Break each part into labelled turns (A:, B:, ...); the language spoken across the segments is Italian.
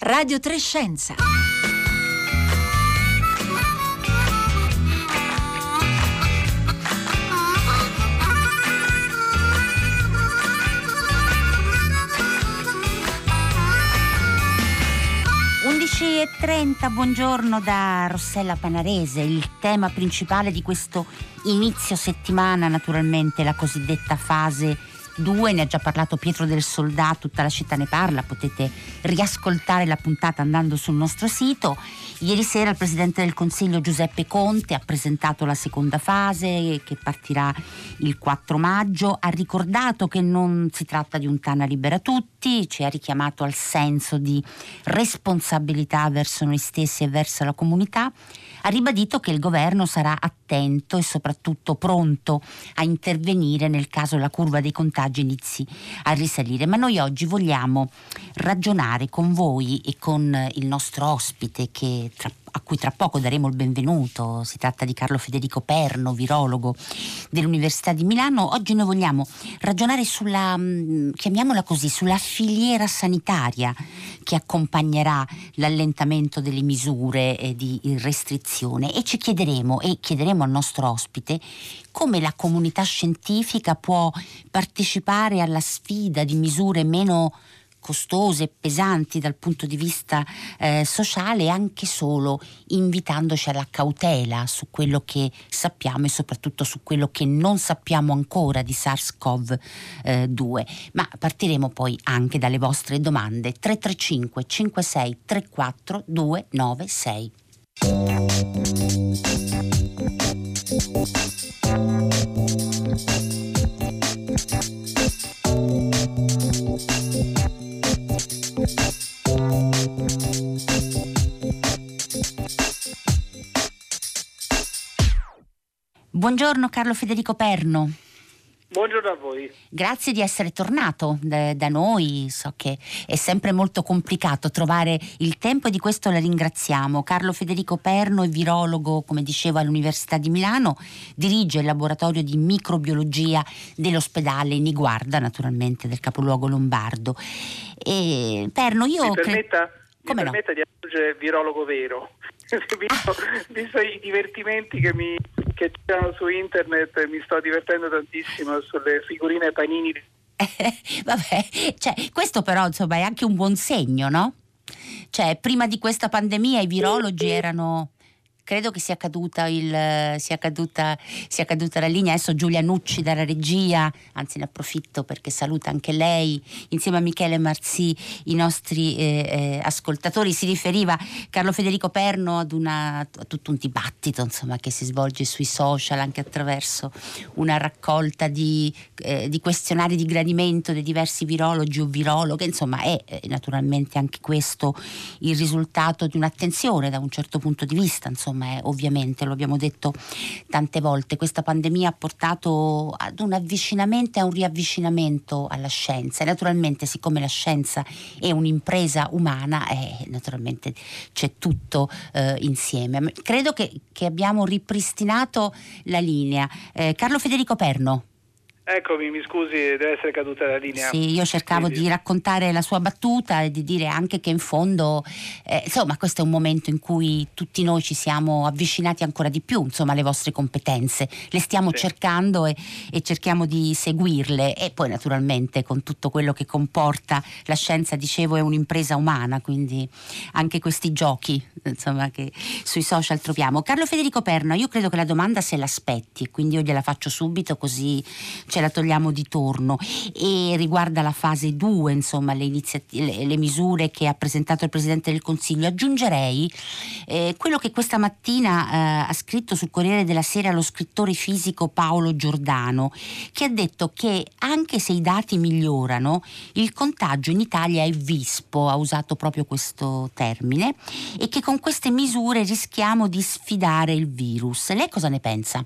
A: Radio 3 Scienza.
B: E 30, buongiorno da Rossella Panarese. Il tema principale di questo inizio settimana, naturalmente, la cosiddetta fase 2, ne ha già parlato Pietro del Soldà, Tutta la città ne parla, potete riascoltare la puntata andando sul nostro sito. Ieri sera il Presidente del Consiglio Giuseppe Conte ha presentato la seconda fase che partirà il 4 maggio, ha ricordato che non si tratta di un Tana libera tutti, ci ha richiamato al senso di responsabilità verso noi stessi e verso la comunità, ha ribadito che il governo sarà attento e soprattutto pronto a intervenire nel caso la curva dei contagi inizi a risalire. Ma noi oggi vogliamo ragionare con voi e con il nostro ospite a cui tra poco daremo il benvenuto. Si tratta di Carlo Federico Perno, virologo dell'Università di Milano. Oggi noi vogliamo ragionare sulla, chiamiamola così, sulla filiera sanitaria che accompagnerà l'allentamento delle misure di restrizione e chiederemo al nostro ospite come la comunità scientifica può partecipare alla sfida di misure meno costose e pesanti dal punto di vista sociale, anche solo invitandoci alla cautela su quello che sappiamo e soprattutto su quello che non sappiamo ancora di SARS-CoV-2. Ma partiremo poi anche dalle vostre domande. 335 56 34 296. Buongiorno Carlo Federico Perno.
C: Buongiorno a voi.
B: Grazie di essere tornato da noi. So che è sempre molto complicato trovare il tempo e di questo la ringraziamo. Carlo Federico Perno è virologo, come dicevo, all'Università di Milano, dirige il laboratorio di microbiologia dell'ospedale Niguarda, naturalmente del capoluogo lombardo. E Perno, io
C: mi permetta di aggiungere virologo vero. Visto i divertimenti che c'erano su internet, mi sto divertendo tantissimo sulle figurine panini.
B: Vabbè, questo però insomma è anche un buon segno, no? Prima di questa pandemia i virologi erano... Credo che sia caduta la linea. Adesso Giulia Nucci dalla regia, anzi ne approfitto perché saluta anche lei, insieme a Michele Marzì, i nostri ascoltatori. Si riferiva Carlo Federico Perno a tutto un dibattito, insomma, che si svolge sui social anche attraverso una raccolta di questionari di gradimento dei diversi virologi o virologhe. Insomma, è naturalmente anche questo il risultato di un'attenzione da un certo punto di vista, insomma. Ovviamente, lo abbiamo detto tante volte, questa pandemia ha portato ad un avvicinamento e a un riavvicinamento alla scienza e naturalmente, siccome la scienza è un'impresa umana, naturalmente c'è tutto insieme. Credo che abbiamo ripristinato la linea. Carlo Federico Perno.
C: Eccomi, mi scusi, deve essere caduta la linea.
B: Sì, io cercavo di raccontare la sua battuta e di dire anche che in fondo, insomma, questo è un momento in cui tutti noi ci siamo avvicinati ancora di più, insomma, alle vostre competenze. Le stiamo cercando e cerchiamo di seguirle e poi naturalmente con tutto quello che comporta la scienza, dicevo, è un'impresa umana, quindi anche questi giochi, insomma, che sui social troviamo. Carlo Federico Perno, io credo che la domanda se l'aspetti e quindi io gliela faccio subito così ce la togliamo di torno, e riguarda la fase 2, insomma le misure che ha presentato il Presidente del Consiglio. Aggiungerei quello che questa mattina ha scritto sul Corriere della Sera lo scrittore fisico Paolo Giordano, che ha detto che anche se i dati migliorano il contagio in Italia è vispo, ha usato proprio questo termine, e che con queste misure rischiamo di sfidare il virus. Lei cosa ne pensa?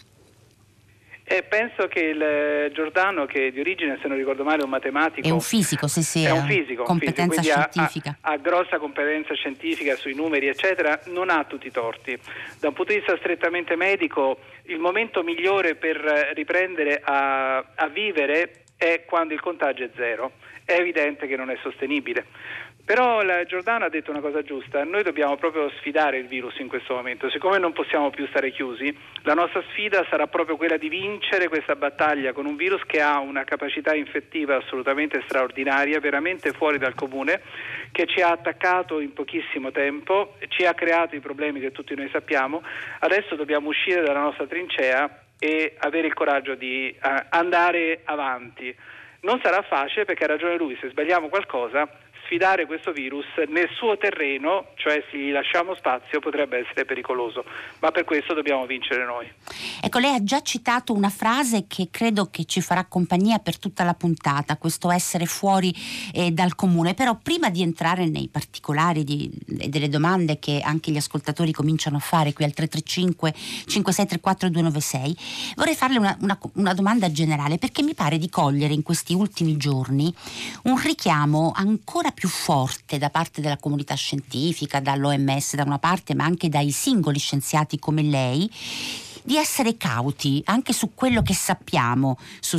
C: Penso che il Giordano, che di origine, se non ricordo male, è un matematico.
B: È un fisico, sì,
C: è un fisico.
B: Competenza scientifica.
C: Ha grossa competenza scientifica sui numeri, eccetera, non ha tutti i torti. Da un punto di vista strettamente medico, il momento migliore per riprendere a vivere è quando il contagio è zero. è evidente che non è sostenibile. Però Giordano ha detto una cosa giusta, noi dobbiamo proprio sfidare il virus in questo momento, siccome non possiamo più stare chiusi, la nostra sfida sarà proprio quella di vincere questa battaglia con un virus che ha una capacità infettiva assolutamente straordinaria, veramente fuori dal comune, che ci ha attaccato in pochissimo tempo, ci ha creato i problemi che tutti noi sappiamo. Adesso dobbiamo uscire dalla nostra trincea e avere il coraggio di andare avanti. Non sarà facile, perché ha ragione lui, se sbagliamo qualcosa, sfidare questo virus nel suo terreno, cioè se gli lasciamo spazio, potrebbe essere pericoloso, ma per questo dobbiamo vincere noi.
B: Ecco, lei ha già citato una frase che credo che ci farà compagnia per tutta la puntata, questo essere fuori dal comune. Però prima di entrare nei particolari delle domande che anche gli ascoltatori cominciano a fare qui al 335 5634 296, vorrei farle una domanda generale, perché mi pare di cogliere in questi ultimi giorni un richiamo ancora più forte da parte della comunità scientifica, dall'OMS da una parte, ma anche dai singoli scienziati come lei, di essere cauti anche su quello che sappiamo su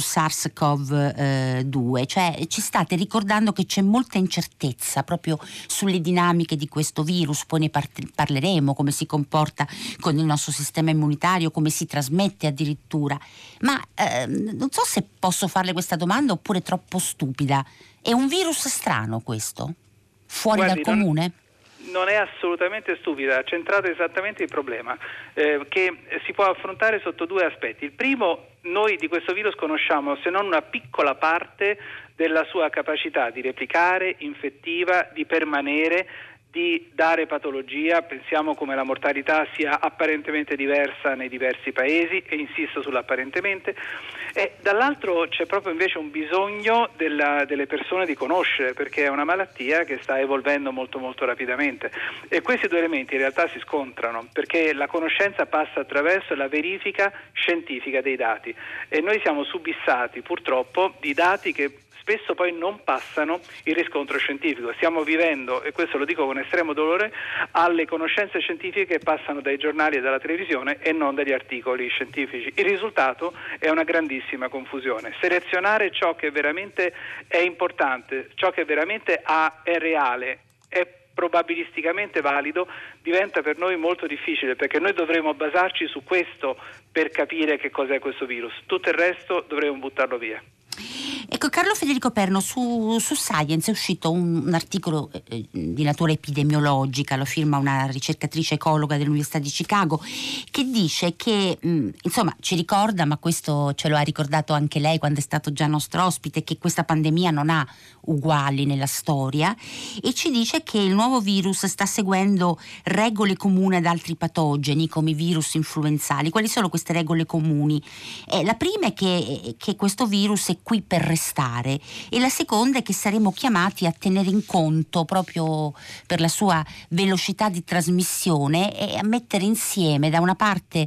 B: SARS-CoV-2, cioè ci state ricordando che c'è molta incertezza proprio sulle dinamiche di questo virus, poi ne parleremo, come si comporta con il nostro sistema immunitario, come si trasmette addirittura, ma non so se posso farle questa domanda oppure è troppo stupida. È un virus strano questo? Fuori dal comune?
C: Non è assolutamente stupida, ha centrato esattamente il problema, che si può affrontare sotto due aspetti. Il primo, noi di questo virus conosciamo se non una piccola parte della sua capacità di replicare, infettiva, di permanere, di dare patologia. Pensiamo come la mortalità sia apparentemente diversa nei diversi paesi, e insisto sull'apparentemente, e dall'altro c'è proprio invece un bisogno delle persone di conoscere, perché è una malattia che sta evolvendo molto molto rapidamente, e questi due elementi in realtà si scontrano, perché la conoscenza passa attraverso la verifica scientifica dei dati, e noi siamo subissati purtroppo di dati che spesso poi non passano il riscontro scientifico. Stiamo vivendo, e questo lo dico con estremo dolore, alle conoscenze scientifiche che passano dai giornali e dalla televisione e non dagli articoli scientifici. Il risultato è una grandissima confusione. Selezionare ciò che veramente è importante, ciò che veramente è reale, è probabilisticamente valido, diventa per noi molto difficile, perché noi dovremo basarci su questo per capire che cos'è questo virus. Tutto il resto dovremo buttarlo via.
B: Ecco, Carlo Federico Perno, su Science è uscito un articolo di natura epidemiologica, lo firma una ricercatrice ecologa dell'Università di Chicago, che dice che, insomma, ci ricorda, ma questo ce lo ha ricordato anche lei quando è stato già nostro ospite, che questa pandemia non ha uguali nella storia, e ci dice che il nuovo virus sta seguendo regole comuni ad altri patogeni come i virus influenzali. Quali sono queste regole comuni? La prima è che questo virus è qui per restare, e la seconda è che saremo chiamati a tenere in conto, proprio per la sua velocità di trasmissione, e a mettere insieme da una parte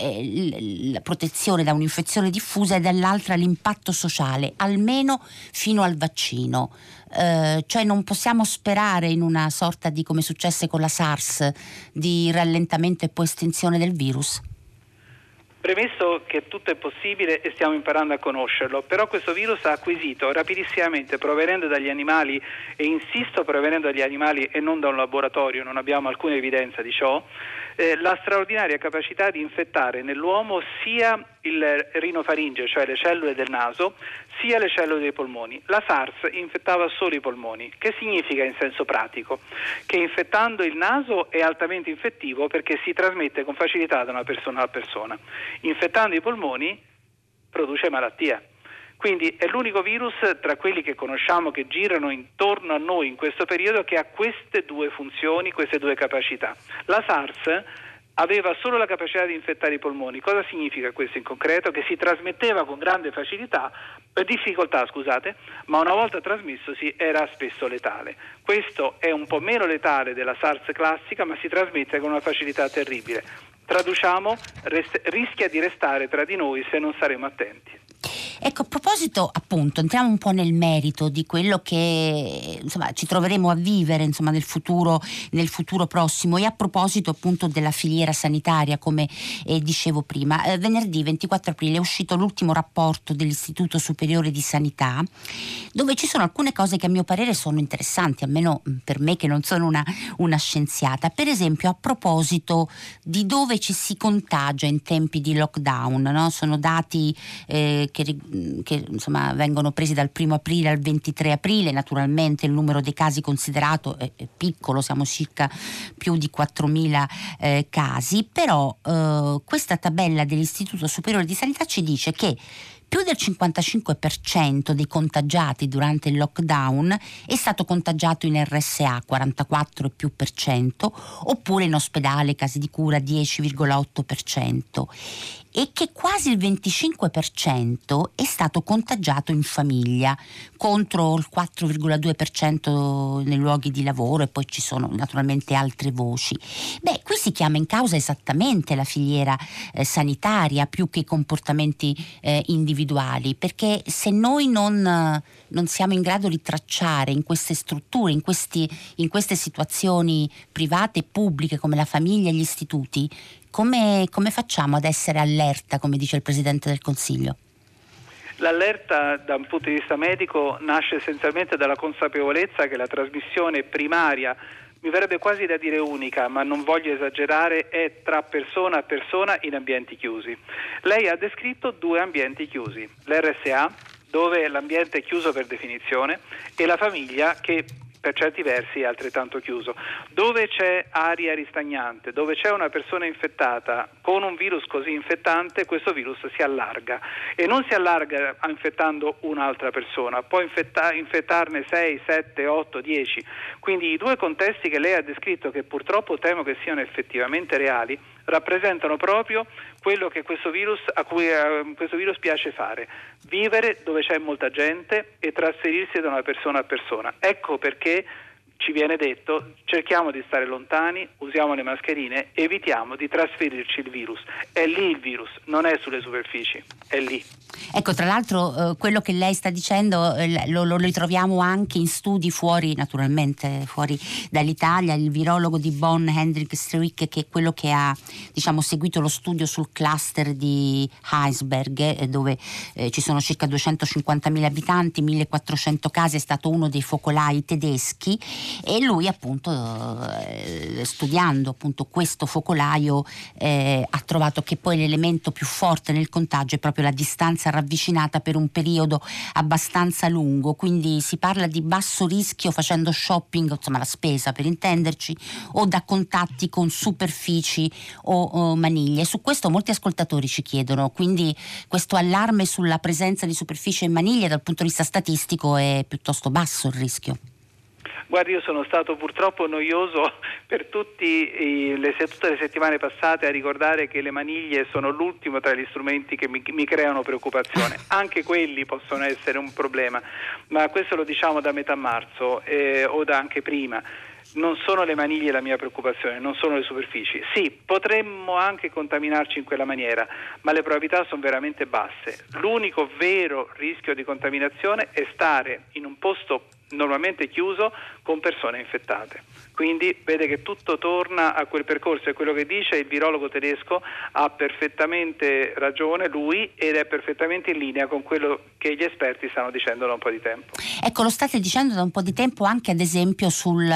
B: la protezione da un'infezione diffusa e dall'altra l'impatto sociale, almeno fino al vaccino. Cioè non possiamo sperare in una sorta di, come successe con la SARS, di rallentamento e poi estinzione del virus?
C: Premesso che tutto è possibile e stiamo imparando a conoscerlo, però questo virus ha acquisito rapidissimamente, provenendo dagli animali, e insisto provenendo dagli animali e non da un laboratorio, non abbiamo alcuna evidenza di ciò, la straordinaria capacità di infettare nell'uomo sia il rinofaringe, cioè le cellule del naso, sia le cellule dei polmoni. La SARS infettava solo i polmoni. Che significa in senso pratico? Che infettando il naso è altamente infettivo, perché si trasmette con facilità da una persona a persona. Infettando i polmoni produce malattia. Quindi è l'unico virus tra quelli che conosciamo che girano intorno a noi in questo periodo che ha queste due funzioni, queste due capacità. La SARS aveva solo la capacità di infettare i polmoni. Cosa significa questo in concreto? Che si trasmetteva con grande difficoltà, ma una volta trasmissosi era spesso letale. Questo è un po' meno letale della SARS classica, ma si trasmette con una facilità terribile. Traduciamo, rischia di restare tra di noi se non saremo attenti.
B: Ecco, a proposito, appunto, entriamo un po' nel merito di quello che insomma ci troveremo a vivere insomma nel futuro prossimo, e a proposito appunto della filiera sanitaria, come dicevo prima. Venerdì 24 aprile è uscito l'ultimo rapporto dell'Istituto Superiore di Sanità, dove ci sono alcune cose che a mio parere sono interessanti, almeno per me che non sono una scienziata. Per esempio, a proposito di dove ci si contagia in tempi di lockdown, no? Sono dati che insomma vengono presi dal 1 aprile al 23 aprile. Naturalmente il numero dei casi considerato è piccolo, siamo circa più di 4.000 casi, però questa tabella dell'Istituto Superiore di Sanità ci dice che più del 55% dei contagiati durante il lockdown è stato contagiato in RSA, 44 e più per cento, oppure in ospedale, casi di cura, 10,8%, e che quasi il 25% è stato contagiato in famiglia, contro il 4,2% nei luoghi di lavoro, e poi ci sono naturalmente altre voci. Qui si chiama in causa esattamente la filiera sanitaria più che i comportamenti individuali, perché se noi non siamo in grado di tracciare in queste strutture, in queste situazioni private e pubbliche come la famiglia e gli istituti, come facciamo ad essere allerta, come dice il Presidente del Consiglio?
C: L'allerta da un punto di vista medico nasce essenzialmente dalla consapevolezza che la trasmissione primaria, mi verrebbe quasi da dire unica, ma non voglio esagerare, è tra persona a persona in ambienti chiusi. Lei ha descritto 2 ambienti chiusi, l'RSA, dove l'ambiente è chiuso per definizione, e la famiglia, che per certi versi è altrettanto chiuso. Dove c'è aria ristagnante, dove c'è una persona infettata con un virus così infettante, questo virus si allarga, e non si allarga infettando un'altra persona, può infettarne 6, 7, 8, 10. Quindi i 2 contesti che lei ha descritto, che purtroppo temo che siano effettivamente reali, rappresentano proprio quello che a cui questo virus piace fare: vivere dove c'è molta gente e trasferirsi da una persona a persona. Ecco perché ci viene detto: cerchiamo di stare lontani, usiamo le mascherine, evitiamo di trasferirci il virus. È lì il virus, non è sulle superfici, è lì.
B: Ecco, tra l'altro quello che lei sta dicendo lo ritroviamo anche in studi naturalmente fuori dall'Italia. Il virologo di Bonn, Hendrik Strick, che è quello che ha seguito lo studio sul cluster di Heisberg, dove ci sono circa 250.000 abitanti, 1.400 casi, è stato uno dei focolai tedeschi, e lui appunto studiando appunto questo focolaio ha trovato che poi l'elemento più forte nel contagio è proprio la distanza ravvicinata per un periodo abbastanza lungo. Quindi si parla di basso rischio facendo shopping, insomma la spesa per intenderci, o da contatti con superfici o maniglie. Su questo molti ascoltatori ci chiedono, quindi questo allarme sulla presenza di superfici e maniglie dal punto di vista statistico è piuttosto basso il rischio.
C: Guardi, io sono stato purtroppo noioso per tutte le settimane passate a ricordare che le maniglie sono l'ultimo tra gli strumenti che mi creano preoccupazione. Anche quelli possono essere un problema, ma questo lo diciamo da metà marzo o da anche prima. Non sono le maniglie la mia preoccupazione, non sono le superfici. Sì, potremmo anche contaminarci in quella maniera, ma le probabilità sono veramente basse. L'unico vero rischio di contaminazione è stare in un posto normalmente chiuso con persone infettate. Quindi vede che tutto torna a quel percorso, e quello che dice il virologo tedesco ha perfettamente ragione lui, ed è perfettamente in linea con quello che gli esperti stanno dicendo da un po' di tempo.
B: Ecco, lo state dicendo da un po' di tempo anche ad esempio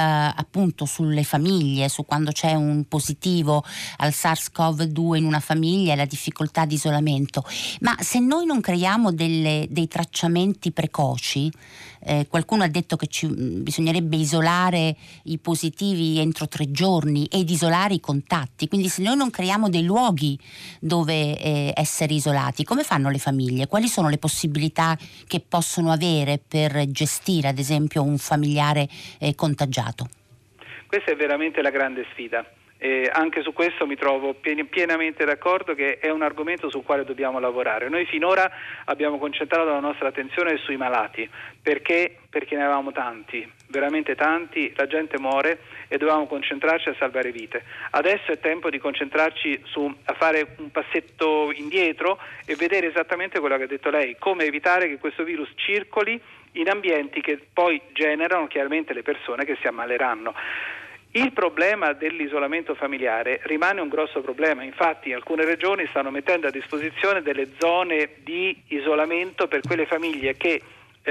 B: sulle famiglie, su quando c'è un positivo al SARS-CoV-2 in una famiglia e la difficoltà di isolamento. Ma se noi non creiamo dei tracciamenti precoci, qualcuno ha detto che bisognerebbe isolare i positivi entro 3 giorni ed isolare i contatti, quindi se noi non creiamo dei luoghi dove essere isolati, come fanno le famiglie? Quali sono le possibilità che possono avere per gestire ad esempio un familiare contagiato?
C: Questa è veramente la grande sfida. Anche su questo mi trovo pienamente d'accordo che è un argomento sul quale dobbiamo lavorare. Noi finora abbiamo concentrato la nostra attenzione sui malati, perché ne avevamo tanti, veramente tanti, la gente muore e dovevamo concentrarci a salvare vite. Adesso è tempo di concentrarci a fare un passetto indietro e vedere esattamente quello che ha detto lei, come evitare che questo virus circoli in ambienti che poi generano chiaramente le persone che si ammaleranno. Il problema dell'isolamento familiare rimane un grosso problema, infatti alcune regioni stanno mettendo a disposizione delle zone di isolamento per quelle famiglie che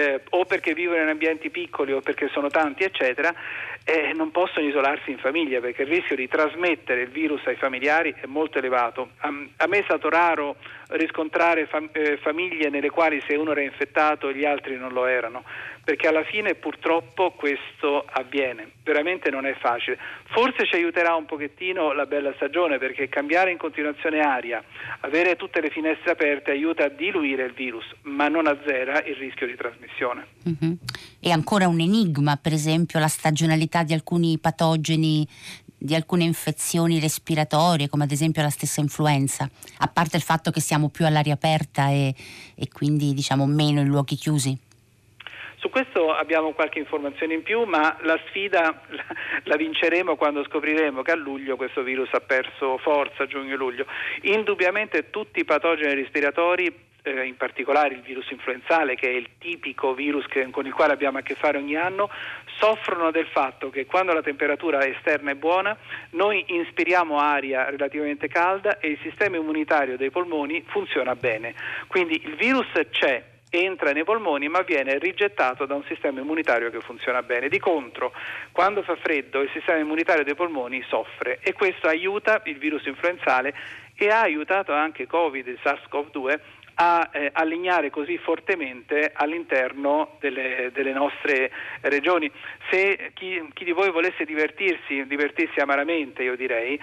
C: o perché vivono in ambienti piccoli o perché sono tanti eccetera, non possono isolarsi in famiglia perché il rischio di trasmettere il virus ai familiari è molto elevato. A me è stato raro riscontrare famiglie nelle quali se uno era infettato gli altri non lo erano, perché alla fine purtroppo questo avviene, veramente non è facile. Forse ci aiuterà un pochettino la bella stagione, perché cambiare in continuazione aria, avere tutte le finestre aperte aiuta a diluire il virus, ma non azzera il rischio di trasmissione.
B: Mm-hmm. È ancora un enigma, per esempio, la stagionalità di alcuni patogeni, di alcune infezioni respiratorie, come ad esempio la stessa influenza, a parte il fatto che siamo più all'aria aperta e quindi diciamo meno in luoghi chiusi.
C: Su questo abbiamo qualche informazione in più, ma la sfida la vinceremo quando scopriremo che a luglio questo virus ha perso forza, giugno-luglio. Indubbiamente tutti i patogeni respiratori, in particolare il virus influenzale, che è il tipico virus con il quale abbiamo a che fare ogni anno, soffrono del fatto che quando la temperatura esterna è buona noi inspiriamo aria relativamente calda e il sistema immunitario dei polmoni funziona bene. Quindi il virus c'è, entra nei polmoni, ma viene rigettato da un sistema immunitario che funziona bene. Di contro, quando fa freddo il sistema immunitario dei polmoni soffre e questo aiuta il virus influenzale e ha aiutato anche Covid, il SARS-CoV-2, a allignare così fortemente all'interno delle nostre regioni. Se chi di voi volesse divertirsi amaramente, io direi,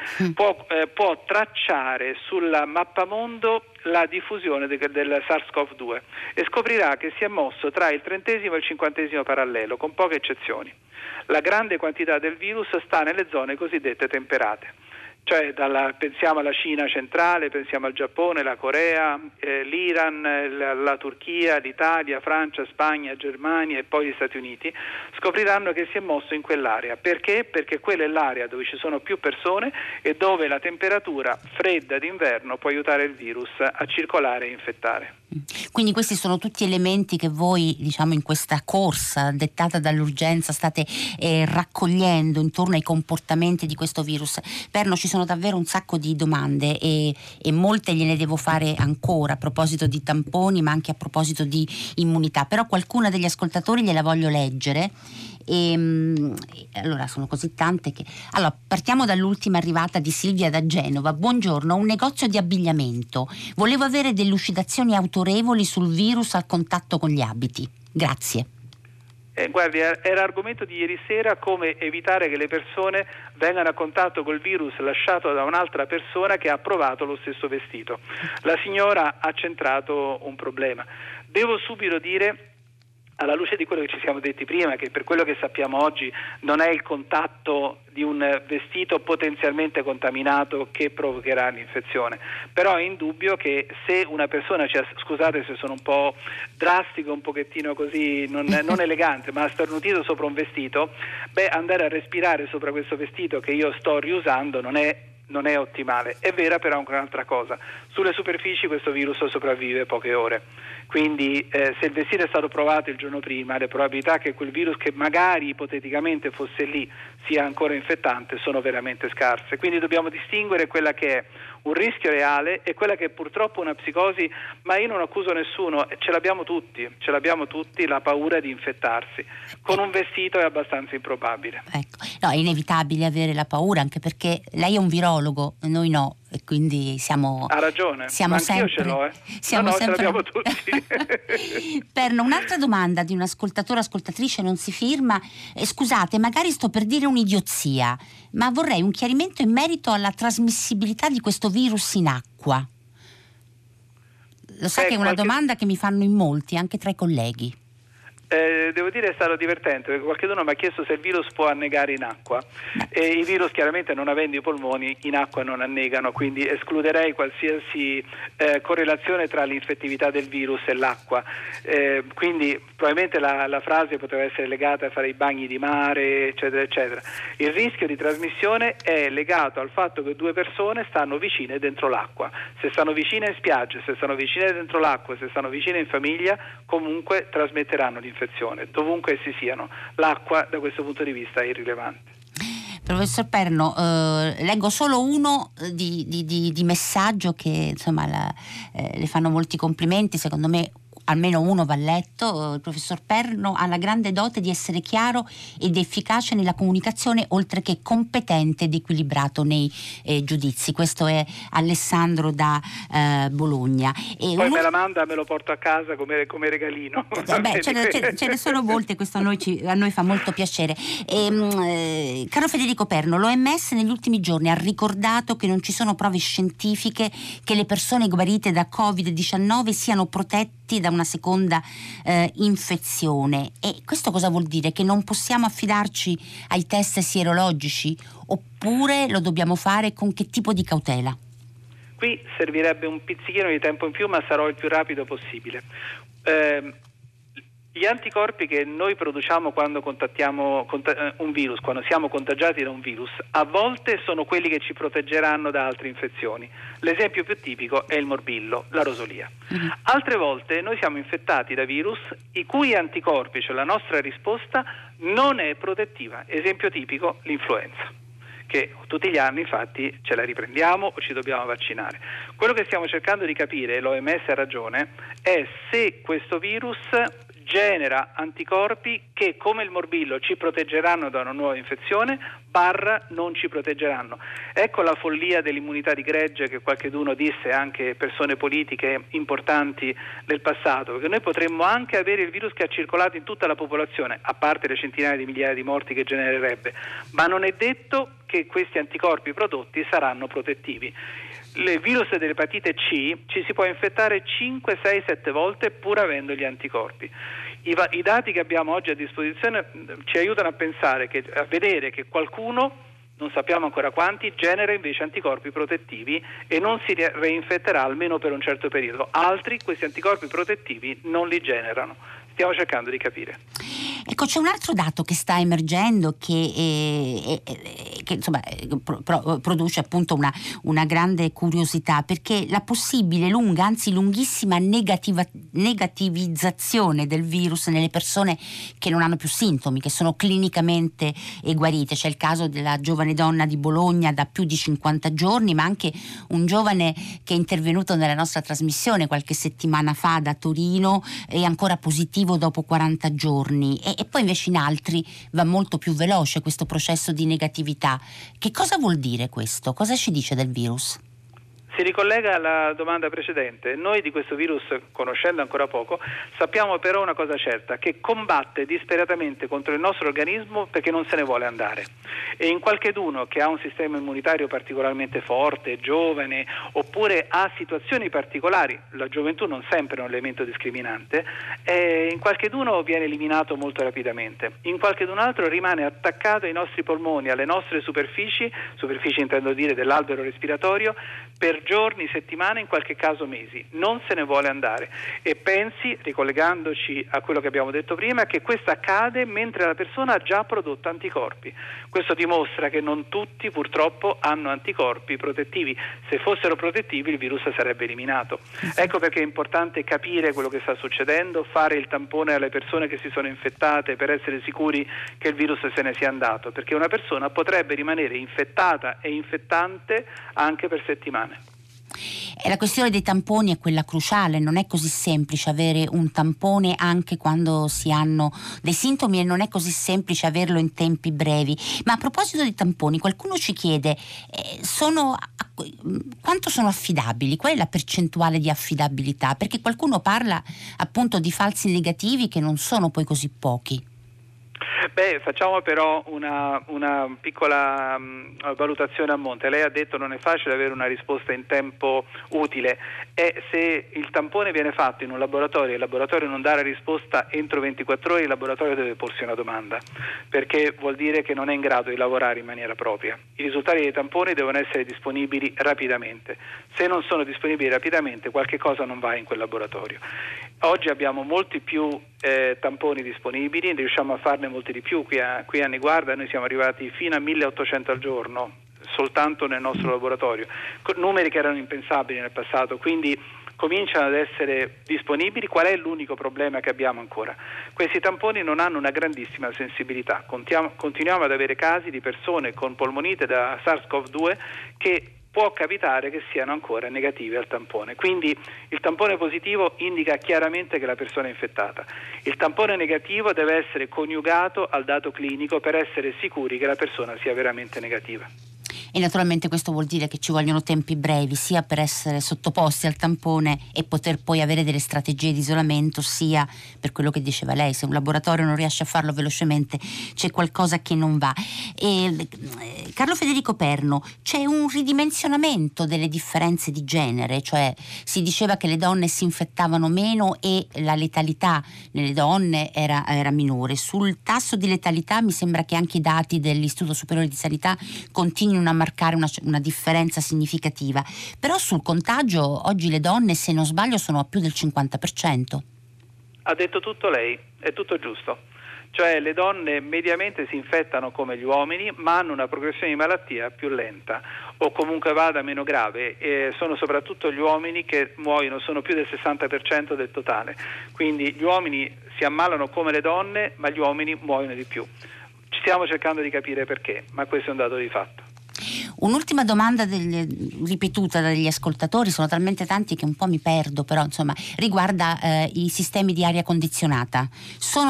C: può tracciare sul mappamondo la diffusione del SARS-CoV-2 e scoprirà che si è mosso tra il 30° e il 50° parallelo, con poche eccezioni. La grande quantità del virus sta nelle zone cosiddette temperate. Cioè pensiamo alla Cina centrale, pensiamo al Giappone, la Corea, l'Iran, la Turchia, l'Italia, Francia, Spagna, Germania e poi gli Stati Uniti, scopriranno che si è mosso in quell'area. Perché? Perché quella è l'area dove ci sono più persone e dove la temperatura fredda d'inverno può aiutare il virus a circolare e infettare.
B: Quindi questi sono tutti elementi che voi, diciamo, in questa corsa dettata dall'urgenza state raccogliendo intorno ai comportamenti di questo virus. Perno, ci sono davvero un sacco di domande e molte gliene devo fare ancora a proposito di tamponi, ma anche a proposito di immunità, però qualcuna degli ascoltatori gliela voglio leggere. Allora sono così tante che partiamo dall'ultima arrivata di Silvia da Genova. Buongiorno, un negozio di abbigliamento, volevo avere delucidazioni autorevoli sul virus al contatto con gli abiti, grazie.
C: Guardi, era argomento di ieri sera come evitare che le persone vengano a contatto col virus lasciato da un'altra persona che ha provato lo stesso vestito. La signora ha centrato un problema. Devo subito dire, alla luce di quello che ci siamo detti prima, che per quello che sappiamo oggi non è il contatto di un vestito potenzialmente contaminato che provocherà l'infezione, però è indubbio che se una persona scusate se sono un po' drastico, un pochettino così non elegante, ma ha starnutito sopra un vestito, andare a respirare sopra questo vestito che io sto riusando non è ottimale. È vera però anche un'altra cosa: sulle superfici questo virus sopravvive poche ore, quindi se il vestito è stato provato il giorno prima, le probabilità che quel virus che magari ipoteticamente fosse lì sia ancora infettante sono veramente scarse. Quindi dobbiamo distinguere quella che è un rischio reale e quella che è purtroppo una psicosi, ma io non accuso nessuno, ce l'abbiamo tutti la paura di infettarsi. Con un vestito è abbastanza improbabile.
B: Ecco, no, è inevitabile avere la paura, anche perché lei è un virologo, noi no, e quindi siamo...
C: Ha ragione,
B: siamo
C: ma
B: sempre,
C: anch'io ce l'ho,
B: siamo sempre...
C: ce l'abbiamo tutti.
B: Perno, un'altra domanda di un ascoltatore, ascoltatrice, non si firma. Scusate, magari sto per dire un'idiozia, ma vorrei un chiarimento in merito alla trasmissibilità di questo virus in acqua. Lo sa che è una domanda che mi fanno in molti, anche tra i colleghi.
C: Devo dire è stato divertente, perché qualcuno mi ha chiesto se il virus può annegare in acqua, e i virus chiaramente, non avendo i polmoni, in acqua non annegano, quindi escluderei qualsiasi correlazione tra l'infettività del virus e l'acqua, quindi probabilmente la frase poteva essere legata a fare i bagni di mare, eccetera eccetera. Il rischio di trasmissione è legato al fatto che due persone stanno vicine dentro l'acqua. Se stanno vicine in spiaggia, se stanno vicine dentro l'acqua, se stanno vicine in famiglia, comunque trasmetteranno l'infezione dovunque essi siano. L'acqua da questo punto di vista è irrilevante.
B: Professor Perno, leggo solo uno di messaggio che insomma le fanno molti complimenti, secondo me almeno uno va letto. Il professor Perno ha la grande dote di essere chiaro ed efficace nella comunicazione, oltre che competente ed equilibrato nei giudizi. Questo è Alessandro da Bologna.
C: Poi me la manda, me lo porto a casa come regalino.
B: Ce ne sono molte, questo a noi fa molto piacere. Caro Federico Perno, l'OMS negli ultimi giorni ha ricordato che non ci sono prove scientifiche che le persone guarite da Covid-19 siano protetti da una seconda infezione. E questo cosa vuol dire? Che non possiamo affidarci ai test sierologici, oppure lo dobbiamo fare con che tipo di cautela?
C: Qui servirebbe un pizzichino di tempo in più, ma sarò il più rapido possibile. Gli anticorpi che noi produciamo quando contattiamo un virus, quando siamo contagiati da un virus, a volte sono quelli che ci proteggeranno da altre infezioni. L'esempio più tipico è il morbillo, la rosolia. Altre volte noi siamo infettati da virus i cui anticorpi, cioè la nostra risposta, non è protettiva. Esempio tipico, l'influenza, che tutti gli anni infatti ce la riprendiamo o ci dobbiamo vaccinare. Quello che stiamo cercando di capire, l'OMS ha ragione, è se questo virus genera anticorpi che, come il morbillo, ci proteggeranno da una nuova infezione / non ci proteggeranno. Ecco la follia dell'immunità di gregge che qualcheduno disse, anche persone politiche importanti del passato, perché noi potremmo anche avere il virus che ha circolato in tutta la popolazione, a parte le centinaia di migliaia di morti che genererebbe, ma non è detto che questi anticorpi prodotti saranno protettivi. Il virus dell'epatite C ci si può infettare 5, 6, 7 volte pur avendo gli anticorpi. I dati che abbiamo oggi a disposizione ci aiutano a vedere che qualcuno, non sappiamo ancora quanti, genera invece anticorpi protettivi e non si reinfetterà almeno per un certo periodo. Altri questi anticorpi protettivi non li generano. Stiamo cercando di capire.
B: Ecco, c'è un altro dato che sta emergendo che insomma produce appunto una grande curiosità, perché la possibile lunga, anzi lunghissima negativizzazione del virus nelle persone che non hanno più sintomi, che sono clinicamente guarite. C'è il caso della giovane donna di Bologna da più di 50 giorni, ma anche un giovane che è intervenuto nella nostra trasmissione qualche settimana fa da Torino, è ancora positivo dopo 40 giorni e poi invece in altri va molto più veloce questo processo di negatività. Che cosa vuol dire questo? Cosa ci dice del virus?
C: Si ricollega alla domanda precedente. Noi di questo virus, conoscendo ancora poco, sappiamo però una cosa certa, che combatte disperatamente contro il nostro organismo perché non se ne vuole andare. E in qualcheduno che ha un sistema immunitario particolarmente forte, giovane, oppure ha situazioni particolari, la gioventù non sempre è un elemento discriminante, in qualcheduno viene eliminato molto rapidamente. In qualchedun altro rimane attaccato ai nostri polmoni, alle nostre superfici intendo dire dell'albero respiratorio, per giorni, settimane, in qualche caso mesi. Non se ne vuole andare. E pensi, ricollegandoci a quello che abbiamo detto prima, che questo accade mentre la persona ha già prodotto anticorpi. Questo dimostra che non tutti purtroppo hanno anticorpi protettivi. Se fossero protettivi il virus sarebbe eliminato. Ecco perché è importante capire quello che sta succedendo, fare il tampone alle persone che si sono infettate per essere sicuri che il virus se ne sia andato, perché una persona potrebbe rimanere infettata e infettante anche per settimane.
B: E la questione dei tamponi è quella cruciale, non è così semplice avere un tampone anche quando si hanno dei sintomi e non è così semplice averlo in tempi brevi. Ma a proposito dei tamponi, qualcuno ci chiede quanto sono affidabili, qual è la percentuale di affidabilità? Perché qualcuno parla appunto di falsi negativi che non sono poi così pochi.
C: Facciamo però una piccola valutazione a monte. Lei ha detto non è facile avere una risposta in tempo utile, e se il tampone viene fatto in un laboratorio e il laboratorio non dà la risposta entro 24 ore, il laboratorio deve porsi una domanda, perché vuol dire che non è in grado di lavorare in maniera propria. I risultati dei tamponi devono essere disponibili rapidamente. Se non sono disponibili rapidamente, qualche cosa non va in quel laboratorio. Oggi abbiamo molti più tamponi disponibili, riusciamo a farne molti di più. Qui a Niguarda noi siamo arrivati fino a 1800 al giorno soltanto nel nostro laboratorio, numeri che erano impensabili nel passato, quindi cominciano ad essere disponibili. Qual è l'unico problema che abbiamo ancora? Questi tamponi non hanno una grandissima sensibilità. Continuiamo ad avere casi di persone con polmonite da SARS-CoV-2 che può capitare che siano ancora negative al tampone. Quindi il tampone positivo indica chiaramente che la persona è infettata. Il tampone negativo deve essere coniugato al dato clinico per essere sicuri che la persona sia veramente negativa.
B: E naturalmente questo vuol dire che ci vogliono tempi brevi, sia per essere sottoposti al tampone e poter poi avere delle strategie di isolamento, sia per quello che diceva lei, se un laboratorio non riesce a farlo velocemente c'è qualcosa che non va. Carlo Federico Perno, c'è un ridimensionamento delle differenze di genere, cioè si diceva che le donne si infettavano meno e la letalità nelle donne era minore. Sul tasso di letalità mi sembra che anche i dati dell'Istituto Superiore di Sanità continuino a marcare una differenza significativa, però sul contagio oggi le donne, se non sbaglio, sono a più del 50%.
C: Ha detto tutto lei, è tutto giusto. Cioè le donne mediamente si infettano come gli uomini, ma hanno una progressione di malattia più lenta o comunque vada meno grave, e sono soprattutto gli uomini che muoiono, sono più del 60% del totale. Quindi gli uomini si ammalano come le donne, ma gli uomini muoiono di più. Ci stiamo cercando di capire perché, ma questo è un dato di fatto.
B: Un'ultima domanda ripetuta dagli ascoltatori, sono talmente tanti che un po' mi perdo, però insomma riguarda i sistemi di aria condizionata. Sono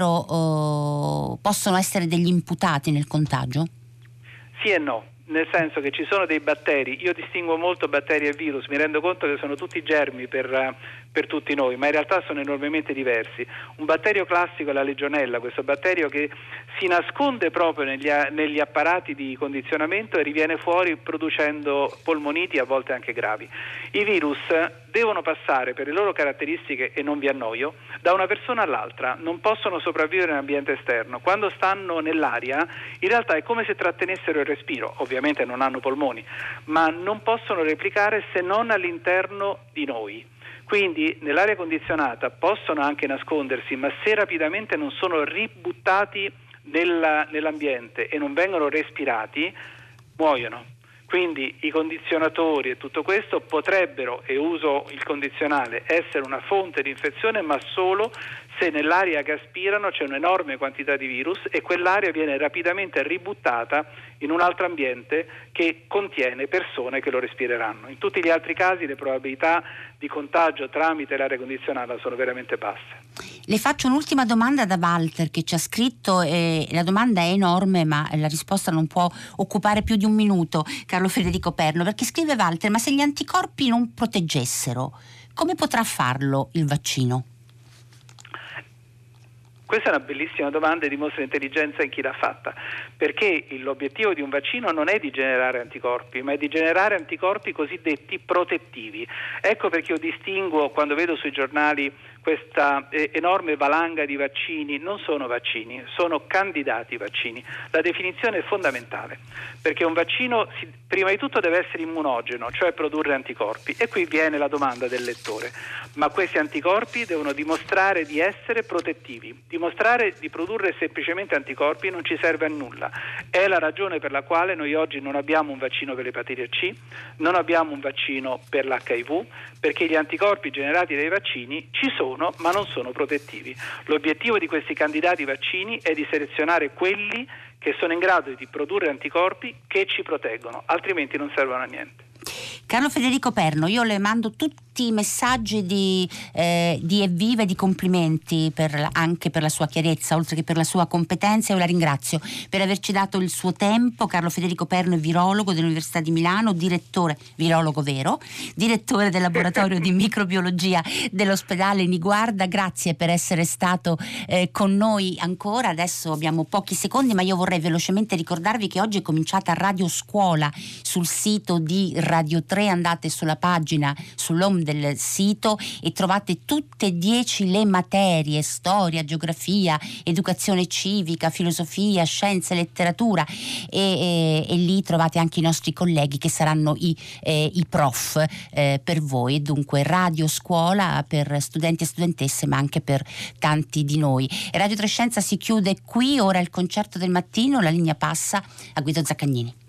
B: davvero possono essere degli imputati nel contagio?
C: Sì e no. Nel senso che ci sono dei batteri, io distingo molto batteri e virus, mi rendo conto che sono tutti germi per tutti noi, ma in realtà sono enormemente diversi. Un batterio classico è la legionella, questo batterio che si nasconde proprio negli apparati di condizionamento e riviene fuori producendo polmoniti, a volte anche gravi. I virus devono passare per le loro caratteristiche, e non vi annoio, da una persona all'altra, non possono sopravvivere in ambiente esterno. Quando stanno nell'aria in realtà è come se trattenessero il respiro, ovviamente non hanno polmoni, ma non possono replicare se non all'interno di noi. Quindi nell'aria condizionata possono anche nascondersi, ma se rapidamente non sono ributtati nell'ambiente e non vengono respirati, muoiono. Quindi i condizionatori e tutto questo potrebbero, e uso il condizionale, essere una fonte di infezione, ma solo se nell'aria che aspirano c'è un'enorme quantità di virus e quell'aria viene rapidamente ributtata in un altro ambiente che contiene persone che lo respireranno. In tutti gli altri casi le probabilità di contagio tramite l'aria condizionata sono veramente basse.
B: Le faccio un'ultima domanda da Walter che ci ha scritto, e la domanda è enorme ma la risposta non può occupare più di un minuto, Carlo Federico Perno, perché scrive Walter: ma se gli anticorpi non proteggessero, come potrà farlo il vaccino?
C: Questa è una bellissima domanda e dimostra l'intelligenza in chi l'ha fatta, perché l'obiettivo di un vaccino non è di generare anticorpi, ma è di generare anticorpi cosiddetti protettivi. Ecco perché io distinguo, quando vedo sui giornali questa enorme valanga di vaccini, non sono vaccini, sono candidati vaccini. La definizione è fondamentale, perché un vaccino prima di tutto deve essere immunogeno, cioè produrre anticorpi, e qui viene la domanda del lettore: ma questi anticorpi devono dimostrare di essere protettivi. Dimostrare di produrre semplicemente anticorpi non ci serve a nulla. È la ragione per la quale noi oggi non abbiamo un vaccino per l'epatite C, non abbiamo un vaccino per l'HIV, perché gli anticorpi generati dai vaccini ci sono, ma non sono protettivi. L'obiettivo di questi candidati vaccini è di selezionare quelli che sono in grado di produrre anticorpi che ci proteggono, altrimenti non servono a niente.
B: Carlo Federico Perno, io le mando tutti tutti i messaggi di evviva e di complimenti anche per la sua chiarezza, oltre che per la sua competenza. Io la ringrazio per averci dato il suo tempo. Carlo Federico Perno è virologo dell'Università di Milano, virologo vero, direttore del laboratorio di microbiologia dell'ospedale Niguarda. Grazie per essere stato con noi ancora. Adesso abbiamo pochi secondi, ma io vorrei velocemente ricordarvi che oggi è cominciata Radio Scuola sul sito di Radio 3. Andate sulla pagina, sull'home del sito, e trovate tutte e 10 le materie: storia, geografia, educazione civica, filosofia, scienze, letteratura, e lì trovate anche i nostri colleghi che saranno i prof per voi. E dunque Radio Scuola per studenti e studentesse, ma anche per tanti di noi. Radio Trescenza si chiude qui, ora il concerto del mattino, la linea passa a Guido Zaccagnini.